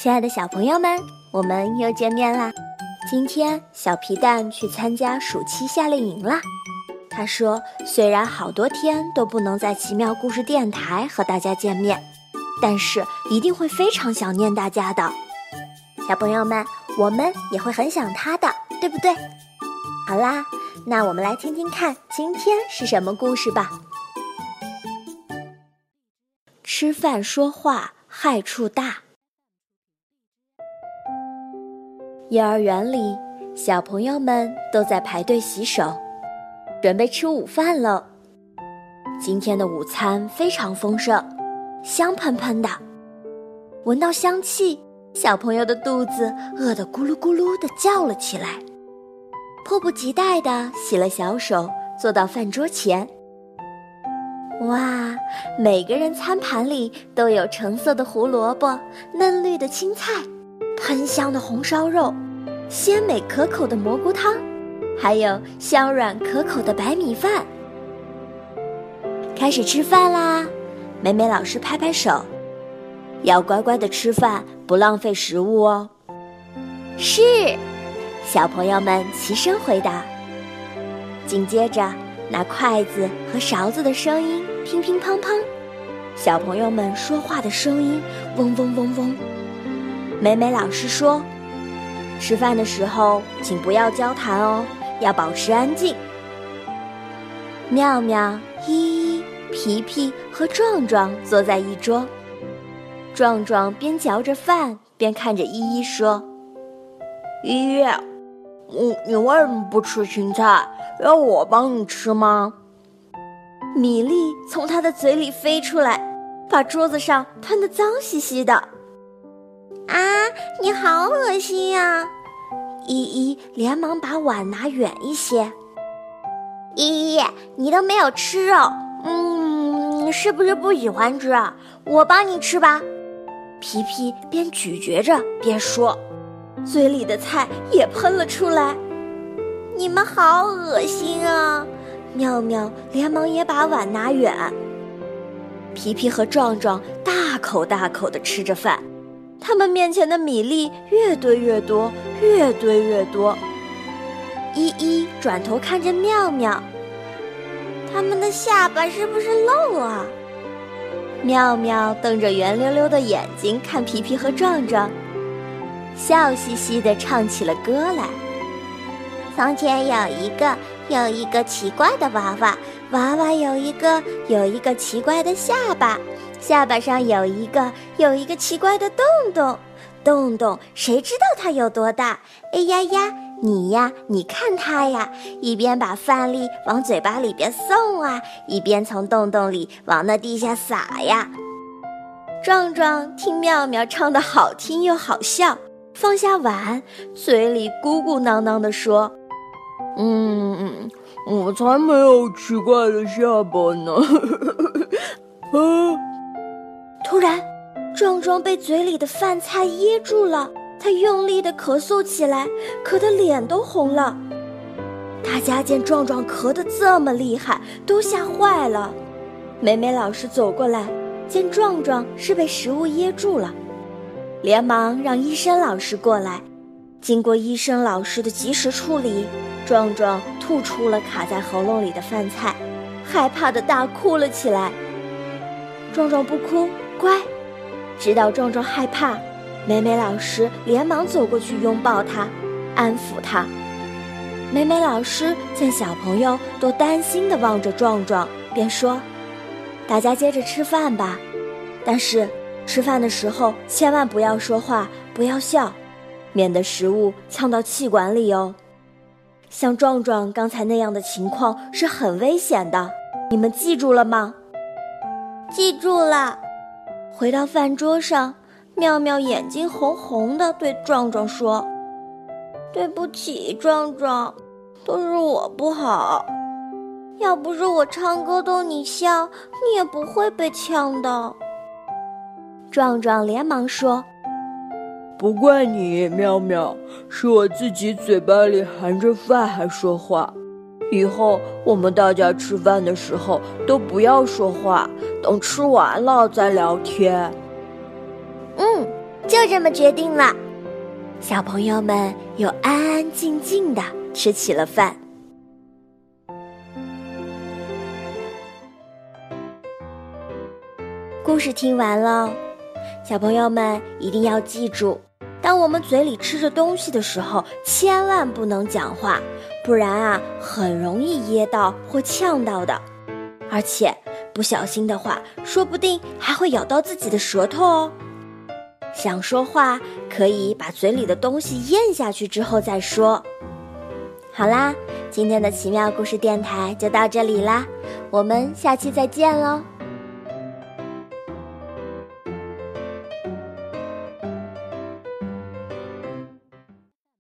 亲爱的小朋友们，我们又见面啦！今天小皮蛋去参加暑期夏令营啦。他说，虽然好多天都不能在奇妙故事电台和大家见面，但是一定会非常想念大家的。小朋友们，我们也会很想他的，对不对？好啦，那我们来听听看今天是什么故事吧。吃饭说话害处大。幼儿园里，小朋友们都在排队洗手，准备吃午饭了。今天的午餐非常丰盛，香喷喷的。闻到香气，小朋友的肚子饿得咕噜咕噜地叫了起来，迫不及待地洗了小手，坐到饭桌前。哇，每个人餐盘里都有橙色的胡萝卜、嫩绿的青菜、喷香的红烧肉、鲜美可口的蘑菇汤，还有香软可口的白米饭。开始吃饭啦！美美老师拍拍手，要乖乖地吃饭，不浪费食物哦。是，小朋友们齐声回答。紧接着，拿筷子和勺子的声音乒乒乓乓，小朋友们说话的声音嗡嗡嗡嗡。美美老师说，吃饭的时候请不要交谈哦，要保持安静。妙妙、依依、皮皮和壮壮坐在一桌，壮壮边嚼着饭边看着依依说，依依，你为什么不吃青菜？要我帮你吃吗？米粒从他的嘴里飞出来，把桌子上喷得脏兮兮的。啊，你好恶心呀！依依连忙把碗拿远一些。依依，你都没有吃肉，是不是不喜欢吃啊？我帮你吃吧。皮皮边咀嚼着边说，嘴里的菜也喷了出来。你们好恶心啊！妙妙连忙也把碗拿远。皮皮和壮壮大口大口地吃着饭，他们面前的米粒越堆越多，越堆越多。依依转头看着妙妙，他们的下巴是不是漏啊？妙妙瞪着圆溜溜的眼睛看皮皮和壮壮，笑嘻嘻地唱起了歌来。从前有一个奇怪的娃娃，娃娃有一个奇怪的下巴，下巴上有一个奇怪的洞洞，谁知道它有多大？哎呀呀，你看它呀，一边把饭粒往嘴巴里边送啊，一边从洞洞里往那地下撒呀。壮壮听妙妙唱得好听又好笑，放下碗，嘴里咕咕囔囔地说，我才没有奇怪的下巴呢。突然，壮壮被嘴里的饭菜噎住了，他用力地咳嗽起来，咳得脸都红了。大家见壮壮咳得这么厉害，都吓坏了。美美老师走过来，见壮壮是被食物噎住了，连忙让医生老师过来。经过医生老师的及时处理，壮壮吐出了卡在喉咙里的饭菜，害怕地大哭了起来。壮壮不哭，乖。知道壮壮害怕，美美老师连忙走过去拥抱他，安抚他。美美老师见小朋友都担心地望着壮壮，便说，大家接着吃饭吧，但是吃饭的时候千万不要说话，不要笑，免得食物呛到气管里哦。像壮壮刚才那样的情况是很危险的，你们记住了吗？记住了。回到饭桌上，妙妙眼睛红红的对壮壮说，对不起壮壮，都是我不好，要不是我唱歌逗你笑，你也不会被呛的。壮壮连忙说， 不怪你，妙妙，是我自己嘴巴里含着饭还说话。以后我们大家吃饭的时候都不要说话，等吃完了再聊天。 这就这么决定了。小朋友们又安安静静地吃起了饭。故事听完了，小朋友们一定要记住，当我们嘴里吃着东西的时候，千万不能讲话，不然很容易噎到或呛到的。而且不小心的话，说不定还会咬到自己的舌头哦。想说话，可以把嘴里的东西咽下去之后再说。好啦，今天的奇妙故事电台就到这里啦，我们下期再见喽。